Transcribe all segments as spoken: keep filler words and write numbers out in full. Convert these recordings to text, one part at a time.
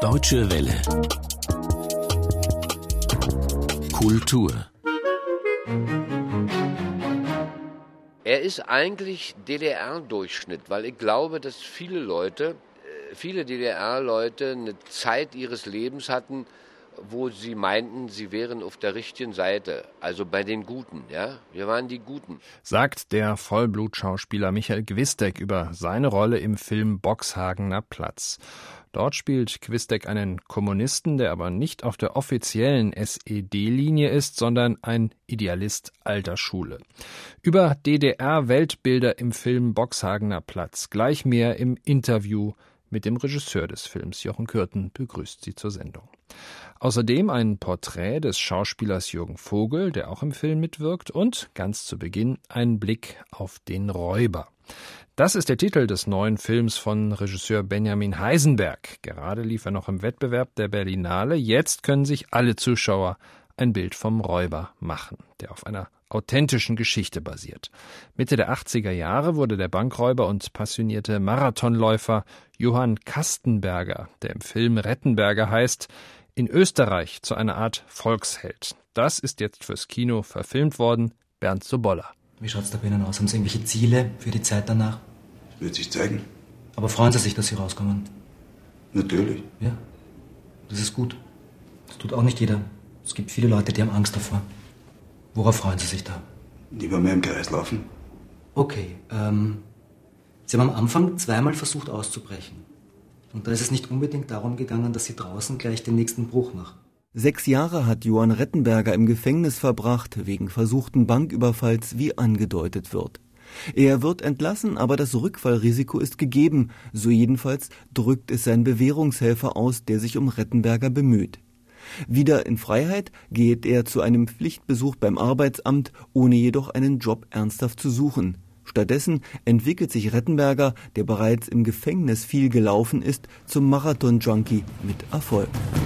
Deutsche Welle. Kultur. Er ist eigentlich D D R-Durchschnitt, weil ich glaube, dass viele Leute, viele D D R-Leute eine Zeit ihres Lebens hatten, wo sie meinten, sie wären auf der richtigen Seite, also bei den Guten, ja, wir waren die Guten. Sagt der Vollblutschauspieler Michael Gwisdek über seine Rolle im Film Boxhagener Platz. Dort spielt Gwisdek einen Kommunisten, der aber nicht auf der offiziellen S E D-Linie ist, sondern ein Idealist alter Schule. Über D D R-Weltbilder im Film Boxhagener Platz gleich mehr im Interview mit dem Regisseur des Films. Jochen Kürten begrüßt Sie zur Sendung. Außerdem ein Porträt des Schauspielers Jürgen Vogel, der auch im Film mitwirkt, und ganz zu Beginn ein Blick auf den Räuber. Das ist der Titel des neuen Films von Regisseur Benjamin Heisenberg. Gerade lief er noch im Wettbewerb der Berlinale. Jetzt können sich alle Zuschauer ein Bild vom Räuber machen, der auf einer authentischen Geschichte basiert. Mitte der achtziger Jahre wurde der Bankräuber und passionierte Marathonläufer Johann Kastenberger, der im Film Rettenberger heißt, in Österreich zu einer Art Volksheld. Das ist jetzt fürs Kino verfilmt worden. Bernd Sobolla. Wie schaut's da bei Ihnen aus? Haben Sie irgendwelche Ziele für die Zeit danach? Wird sich zeigen. Aber freuen Sie sich, dass Sie rauskommen? Natürlich. Ja, das ist gut. Das tut auch nicht jeder. Es gibt viele Leute, die haben Angst davor. Worauf freuen Sie sich da? Lieber mehr im Kreis laufen. Okay, ähm, Sie haben am Anfang zweimal versucht auszubrechen. Und da ist es nicht unbedingt darum gegangen, dass Sie draußen gleich den nächsten Bruch machen. Sechs Jahre hat Johann Rettenberger im Gefängnis verbracht, wegen versuchten Banküberfalls, wie angedeutet wird. Er wird entlassen, aber das Rückfallrisiko ist gegeben. So jedenfalls drückt es sein Bewährungshelfer aus, der sich um Rettenberger bemüht. Wieder in Freiheit geht er zu einem Pflichtbesuch beim Arbeitsamt, ohne jedoch einen Job ernsthaft zu suchen. Stattdessen entwickelt sich Rettenberger, der bereits im Gefängnis viel gelaufen ist, zum Marathon-Junkie mit Erfolg.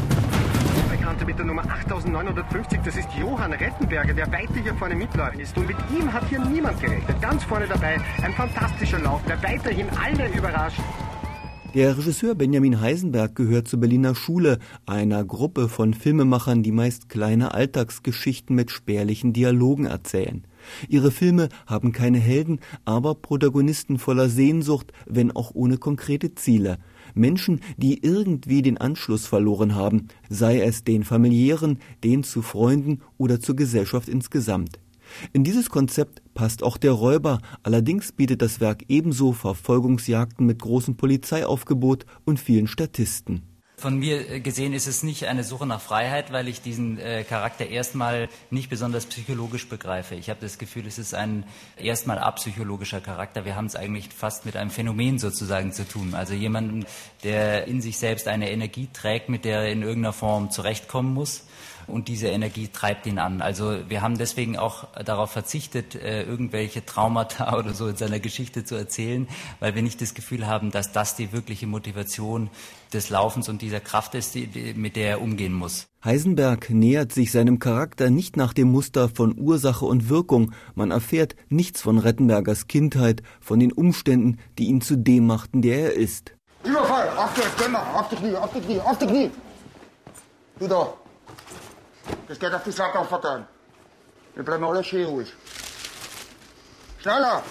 Mit der Nummer achttausendneunhundertfünfzig, das ist Johann Rettenberger, der weiter hier vorne mitläuft ist. Und mit ihm hat hier niemand gerechnet. Ganz vorne dabei, ein fantastischer Lauf, der weiterhin alle überrascht. Der Regisseur Benjamin Heisenberg gehört zur Berliner Schule, einer Gruppe von Filmemachern, die meist kleine Alltagsgeschichten mit spärlichen Dialogen erzählen. Ihre Filme haben keine Helden, aber Protagonisten voller Sehnsucht, wenn auch ohne konkrete Ziele. Menschen, die irgendwie den Anschluss verloren haben, sei es den familiären, den zu Freunden oder zur Gesellschaft insgesamt. In dieses Konzept passt auch der Räuber, allerdings bietet das Werk ebenso Verfolgungsjagden mit großem Polizeiaufgebot und vielen Statisten. Von mir gesehen ist es nicht eine Suche nach Freiheit, weil ich diesen äh, Charakter erstmal nicht besonders psychologisch begreife. Ich habe das Gefühl, es ist ein erstmal apsychologischer Charakter. Wir haben es eigentlich fast mit einem Phänomen sozusagen zu tun. Also jemanden, der in sich selbst eine Energie trägt, mit der er in irgendeiner Form zurechtkommen muss. Und diese Energie treibt ihn an. Also wir haben deswegen auch darauf verzichtet, äh, irgendwelche Traumata oder so in seiner Geschichte zu erzählen, weil wir nicht das Gefühl haben, dass das die wirkliche Motivation des Laufens und dieser Kraft ist, die, die, mit der er umgehen muss. Heisenberg nähert sich seinem Charakter nicht nach dem Muster von Ursache und Wirkung. Man erfährt nichts von Rettenbergers Kindheit, von den Umständen, die ihn zu dem machten, der er ist. Überfall! Auf die Knie, auf die Knie, auf die Knie, auf die Knie! Du da! Das geht auf die Sache aufverteilen. Wir bleiben alle schön ruhig. Schneller!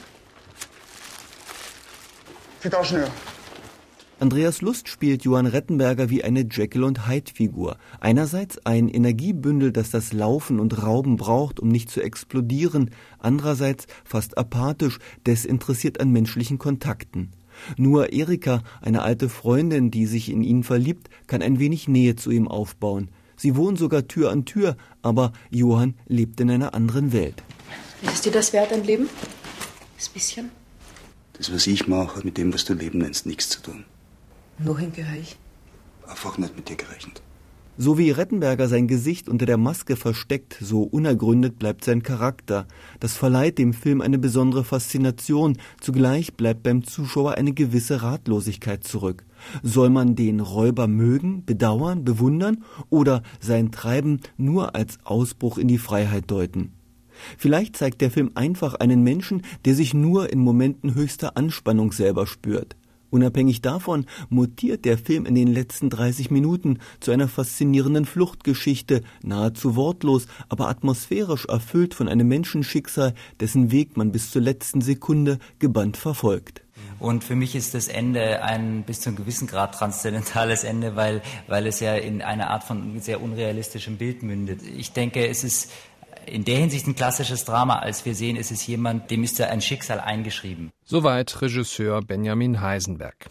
Die Taschennähe. Andreas Lust spielt Johann Rettenberger wie eine Jekyll- und Hyde-Figur. Einerseits ein Energiebündel, das das Laufen und Rauben braucht, um nicht zu explodieren. Andererseits fast apathisch, desinteressiert an menschlichen Kontakten. Nur Erika, eine alte Freundin, die sich in ihn verliebt, kann ein wenig Nähe zu ihm aufbauen. Sie wohnen sogar Tür an Tür, aber Johann lebt in einer anderen Welt. Ist dir das wert, ein Leben? Das bisschen? Das, was ich mache, hat mit dem, was du Leben nennst, nichts zu tun. Wohin gehöre ich? Einfach nicht mit dir gerechnet. So wie Rettenberger sein Gesicht unter der Maske versteckt, so unergründet bleibt sein Charakter. Das verleiht dem Film eine besondere Faszination. Zugleich bleibt beim Zuschauer eine gewisse Ratlosigkeit zurück. Soll man den Räuber mögen, bedauern, bewundern oder sein Treiben nur als Ausbruch in die Freiheit deuten? Vielleicht zeigt der Film einfach einen Menschen, der sich nur in Momenten höchster Anspannung selber spürt. Unabhängig davon mutiert der Film in den letzten dreißig Minuten zu einer faszinierenden Fluchtgeschichte, nahezu wortlos, aber atmosphärisch erfüllt von einem Menschenschicksal, dessen Weg man bis zur letzten Sekunde gebannt verfolgt. Und für mich ist das Ende ein bis zu einem gewissen Grad transzendentales Ende, weil, weil es ja in eine Art von sehr unrealistischem Bild mündet. Ich denke, es ist in der Hinsicht ein klassisches Drama. Als wir sehen, ist es jemand, dem ist ja ein Schicksal eingeschrieben. Soweit Regisseur Benjamin Heisenberg.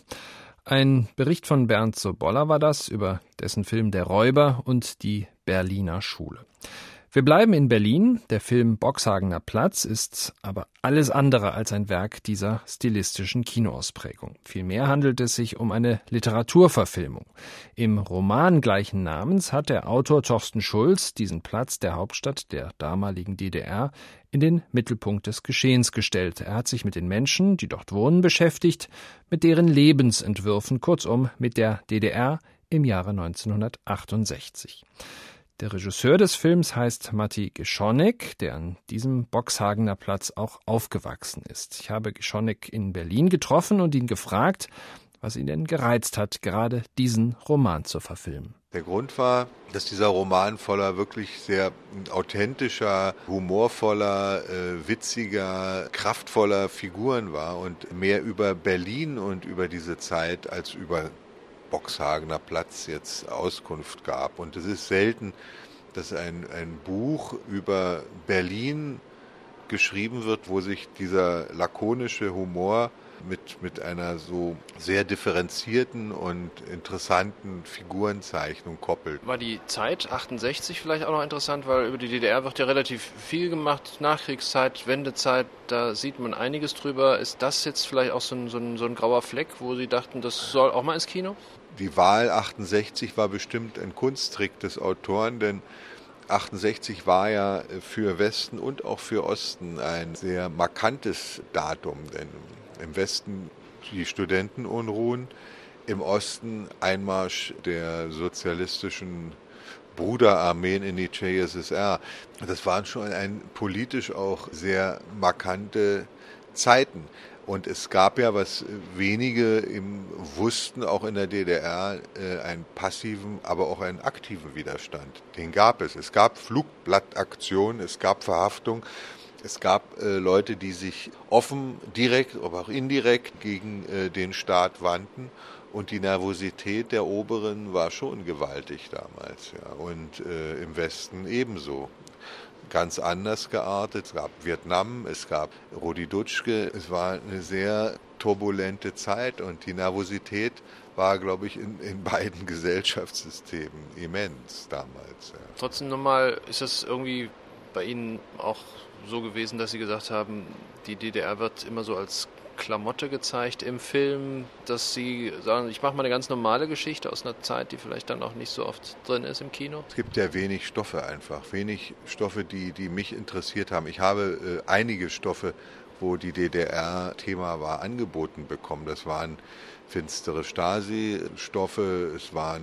Ein Bericht von Bernd Sobolla war das über dessen Film Der Räuber und die Berliner Schule. Wir bleiben in Berlin. Der Film Boxhagener Platz ist aber alles andere als ein Werk dieser stilistischen Kinoausprägung. Vielmehr handelt es sich um eine Literaturverfilmung. Im Roman gleichen Namens hat der Autor Thorsten Schulz diesen Platz der Hauptstadt der damaligen D D R in den Mittelpunkt des Geschehens gestellt. Er hat sich mit den Menschen, die dort wohnen, beschäftigt, mit deren Lebensentwürfen, kurzum mit der D D R im Jahre neunzehnhundertachtundsechzig. Der Regisseur des Films heißt Matti Geschonek, der an diesem Boxhagener Platz auch aufgewachsen ist. Ich habe Geschonek in Berlin getroffen und ihn gefragt, was ihn denn gereizt hat, gerade diesen Roman zu verfilmen. Der Grund war, dass dieser Roman voller wirklich sehr authentischer, humorvoller, äh, witziger, kraftvoller Figuren war und mehr über Berlin und über diese Zeit als über Boxhagener Platz jetzt Auskunft gab. Und es ist selten, dass ein, ein Buch über Berlin geschrieben wird, wo sich dieser lakonische Humor mit, mit einer so sehr differenzierten und interessanten Figurenzeichnung koppelt. War die Zeit achtundsechzig vielleicht auch noch interessant, weil über die D D R wird ja relativ viel gemacht, Nachkriegszeit, Wendezeit, da sieht man einiges drüber. Ist das jetzt vielleicht auch so ein, so ein, so ein grauer Fleck, wo Sie dachten, das soll auch mal ins Kino? Die Wahl achtundsechzig war bestimmt ein Kunsttrick des Autoren, denn achtundsechzig war ja für Westen und auch für Osten ein sehr markantes Datum, denn im Westen die Studentenunruhen, im Osten Einmarsch der sozialistischen Bruderarmeen in die C S S R. Das waren schon ein politisch auch sehr markante Zeiten. Und es gab ja, was wenige im wussten, auch in der D D R, einen passiven, aber auch einen aktiven Widerstand. Den gab es. Es gab Flugblattaktionen, es gab Verhaftung, es gab äh, Leute, die sich offen, direkt, aber auch indirekt gegen äh, den Staat wandten. Und die Nervosität der Oberen war schon gewaltig damals. Ja. Und äh, im Westen ebenso. Ganz anders geartet. Es gab Vietnam, es gab Rudi Dutschke. Es war eine sehr turbulente Zeit und die Nervosität war, glaube ich, in, in beiden Gesellschaftssystemen immens damals. Ja. Trotzdem nochmal, ist das irgendwie bei Ihnen auch so gewesen, dass Sie gesagt haben, die D D R wird immer so als Klamotte gezeigt im Film, dass Sie sagen, ich mache mal eine ganz normale Geschichte aus einer Zeit, die vielleicht dann auch nicht so oft drin ist im Kino? Es gibt ja wenig Stoffe einfach, wenig Stoffe, die, die mich interessiert haben. Ich habe äh, einige Stoffe, wo die D D R Thema war, angeboten bekommen. Das waren finstere Stasi-Stoffe, es waren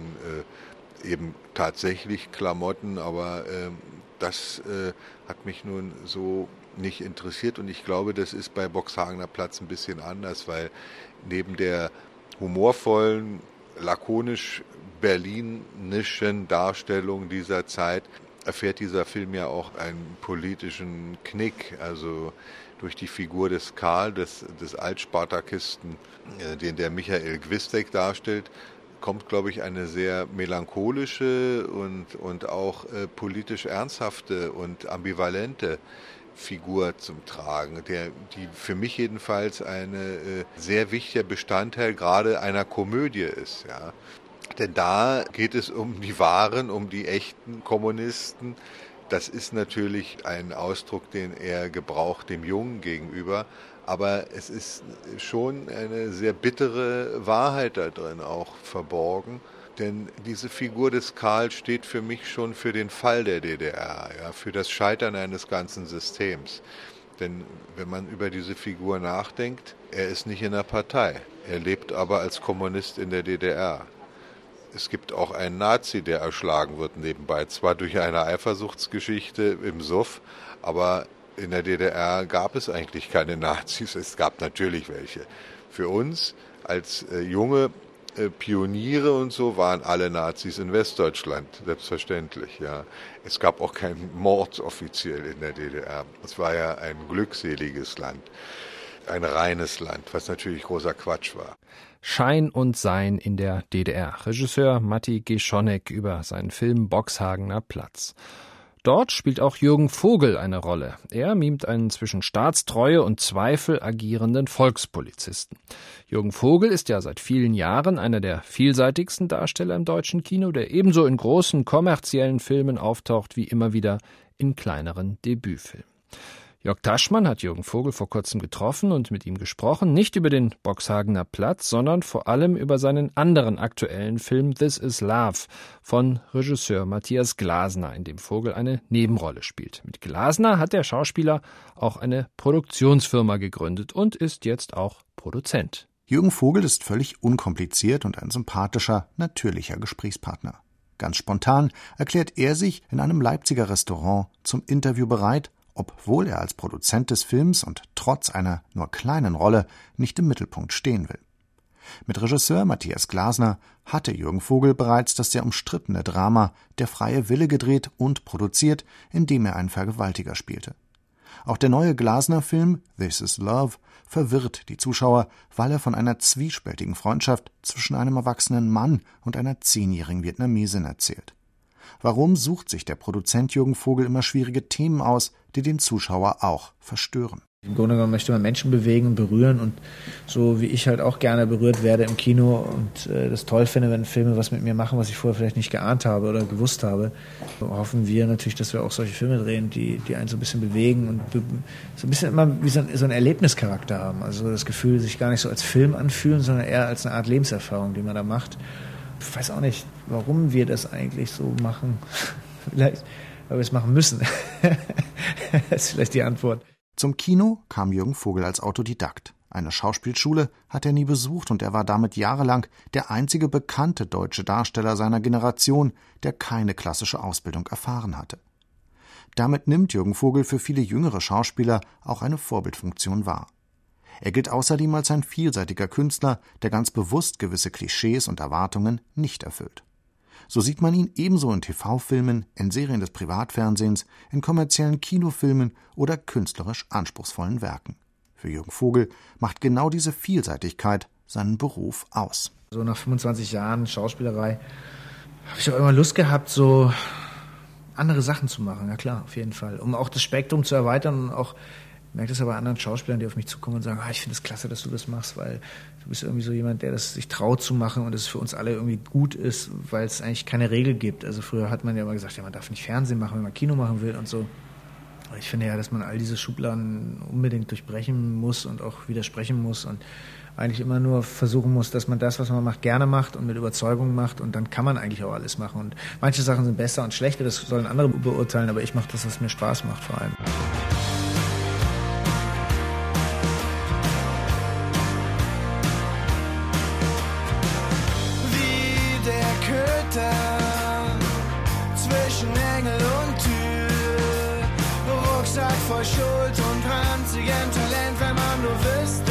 äh, eben tatsächlich Klamotten, aber äh, das äh, hat mich nun so nicht interessiert und ich glaube, das ist bei Boxhagener Platz ein bisschen anders, weil neben der humorvollen, lakonisch berlinischen Darstellung dieser Zeit erfährt dieser Film ja auch einen politischen Knick, also durch die Figur des Karl, des, des Altspartakisten, äh, den der Michael Gwistek darstellt, kommt, glaube ich, eine sehr melancholische und, und auch äh, politisch ernsthafte und ambivalente Figur zum Tragen, der, die für mich jedenfalls ein äh, sehr wichtiger Bestandteil gerade einer Komödie ist. Ja. Denn da geht es um die wahren, um die echten Kommunisten. Das ist natürlich ein Ausdruck, den er gebraucht dem Jungen gegenüber. Aber es ist schon eine sehr bittere Wahrheit da drin auch verborgen. Denn diese Figur des Karl steht für mich schon für den Fall der D D R, ja, für das Scheitern eines ganzen Systems. Denn wenn man über diese Figur nachdenkt, er ist nicht in der Partei. Er lebt aber als Kommunist in der D D R. Es gibt auch einen Nazi, der erschlagen wird nebenbei. Zwar durch eine Eifersuchtsgeschichte im Suff, aber in der D D R gab es eigentlich keine Nazis. Es gab natürlich welche. Für uns als äh, junge äh, Pioniere und so waren alle Nazis in Westdeutschland, selbstverständlich. Ja. Es gab auch keinen Mord offiziell in der D D R. Es war ja ein glückseliges Land, ein reines Land, was natürlich großer Quatsch war. Schein und Sein in der D D R. Regisseur Matti Geschonek über seinen Film Boxhagener Platz. Dort spielt auch Jürgen Vogel eine Rolle. Er mimt einen zwischen Staatstreue und Zweifel agierenden Volkspolizisten. Jürgen Vogel ist ja seit vielen Jahren einer der vielseitigsten Darsteller im deutschen Kino, der ebenso in großen kommerziellen Filmen auftaucht wie immer wieder in kleineren Debütfilmen. Jörg Taschmann hat Jürgen Vogel vor kurzem getroffen und mit ihm gesprochen, nicht über den Boxhagener Platz, sondern vor allem über seinen anderen aktuellen Film This is Love von Regisseur Matthias Glasner, in dem Vogel eine Nebenrolle spielt. Mit Glasner hat der Schauspieler auch eine Produktionsfirma gegründet und ist jetzt auch Produzent. Jürgen Vogel ist völlig unkompliziert und ein sympathischer, natürlicher Gesprächspartner. Ganz spontan erklärt er sich in einem Leipziger Restaurant zum Interview bereit, obwohl er als Produzent des Films und trotz einer nur kleinen Rolle nicht im Mittelpunkt stehen will. Mit Regisseur Matthias Glasner hatte Jürgen Vogel bereits das sehr umstrittene Drama Der freie Wille gedreht und produziert, in dem er einen Vergewaltiger spielte. Auch der neue Glasner-Film This is Love verwirrt die Zuschauer, weil er von einer zwiespältigen Freundschaft zwischen einem erwachsenen Mann und einer zehnjährigen Vietnamesin erzählt. Warum sucht sich der Produzent Jürgen Vogel immer schwierige Themen aus, die den Zuschauer auch verstören? Im Grunde genommen möchte man Menschen bewegen und berühren und so wie ich halt auch gerne berührt werde im Kino und äh, das toll finde, wenn Filme was mit mir machen, was ich vorher vielleicht nicht geahnt habe oder gewusst habe, so hoffen wir natürlich, dass wir auch solche Filme drehen, die, die einen so ein bisschen bewegen und be- so ein bisschen immer wie so ein, so ein Erlebnischarakter haben. Also das Gefühl, sich gar nicht so als Film anfühlen, sondern eher als eine Art Lebenserfahrung, die man da macht. Ich weiß auch nicht, warum wir das eigentlich so machen. Vielleicht, weil wir es machen müssen. Das ist vielleicht die Antwort. Zum Kino kam Jürgen Vogel als Autodidakt. Eine Schauspielschule hat er nie besucht und er war damit jahrelang der einzige bekannte deutsche Darsteller seiner Generation, der keine klassische Ausbildung erfahren hatte. Damit nimmt Jürgen Vogel für viele jüngere Schauspieler auch eine Vorbildfunktion wahr. Er gilt außerdem als ein vielseitiger Künstler, der ganz bewusst gewisse Klischees und Erwartungen nicht erfüllt. So sieht man ihn ebenso in T V-Filmen, in Serien des Privatfernsehens, in kommerziellen Kinofilmen oder künstlerisch anspruchsvollen Werken. Für Jürgen Vogel macht genau diese Vielseitigkeit seinen Beruf aus. So nach fünfundzwanzig Jahren Schauspielerei habe ich auch immer Lust gehabt, so andere Sachen zu machen. Ja klar, auf jeden Fall. Um auch das Spektrum zu erweitern und auch ich merke das aber bei anderen Schauspielern, die auf mich zukommen und sagen, ah, ich finde es klasse, dass du das machst, weil du bist irgendwie so jemand, der das sich traut zu machen und es für uns alle irgendwie gut ist, weil es eigentlich keine Regel gibt. Also früher hat man ja immer gesagt, ja, man darf nicht Fernsehen machen, wenn man Kino machen will und so. Aber ich finde ja, dass man all diese Schubladen unbedingt durchbrechen muss und auch widersprechen muss und eigentlich immer nur versuchen muss, dass man das, was man macht, gerne macht und mit Überzeugung macht und dann kann man eigentlich auch alles machen. Und manche Sachen sind besser und schlechter, das sollen andere beurteilen, aber ich mache das, was mir Spaß macht vor allem. Zwischen Engel und Tür, Rucksack voll Schuld und ranzigem Talent, wenn man nur wüsste,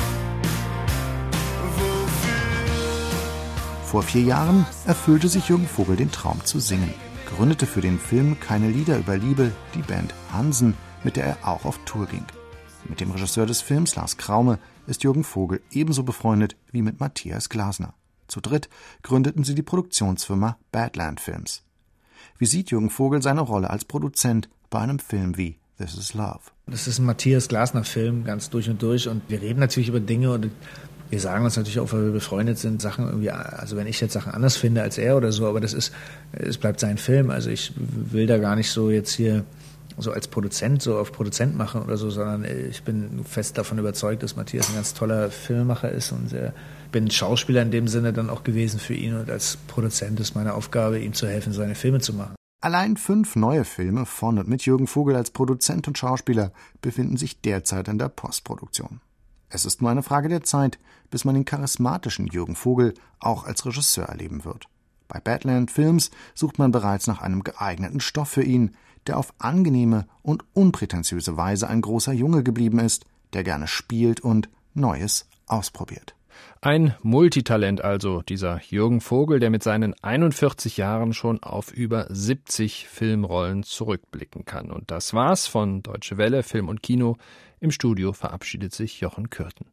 wofür. Vor vier Jahren erfüllte sich Jürgen Vogel den Traum zu singen, gründete für den Film Keine Lieder über Liebe die Band Hansen, mit der er auch auf Tour ging. Mit dem Regisseur des Films, Lars Kraume, ist Jürgen Vogel ebenso befreundet wie mit Matthias Glasner. Zu dritt gründeten sie die Produktionsfirma Badland Films. Wie sieht Jürgen Vogel seine Rolle als Produzent bei einem Film wie This is Love? Das ist ein Matthias Glasner-Film, ganz durch und durch. Und wir reden natürlich über Dinge und wir sagen uns natürlich auch, weil wir befreundet sind, Sachen irgendwie, also wenn ich jetzt Sachen anders finde als er oder so, aber das ist, es bleibt sein Film. Also ich will da gar nicht so jetzt hier so als Produzent, so auf Produzent machen oder so, sondern ich bin fest davon überzeugt, dass Matthias ein ganz toller Filmemacher ist und er bin Schauspieler in dem Sinne dann auch gewesen für ihn und als Produzent ist meine Aufgabe, ihm zu helfen, seine Filme zu machen. Allein fünf neue Filme von und mit Jürgen Vogel als Produzent und Schauspieler befinden sich derzeit in der Postproduktion. Es ist nur eine Frage der Zeit, bis man den charismatischen Jürgen Vogel auch als Regisseur erleben wird. Bei Badland Films sucht man bereits nach einem geeigneten Stoff für ihn, der auf angenehme und unprätentiöse Weise ein großer Junge geblieben ist, der gerne spielt und Neues ausprobiert. Ein Multitalent also, dieser Jürgen Vogel, der mit seinen einundvierzig Jahren schon auf über siebzig Filmrollen zurückblicken kann. Und das war's von Deutsche Welle, Film und Kino. Im Studio verabschiedet sich Jochen Kürten.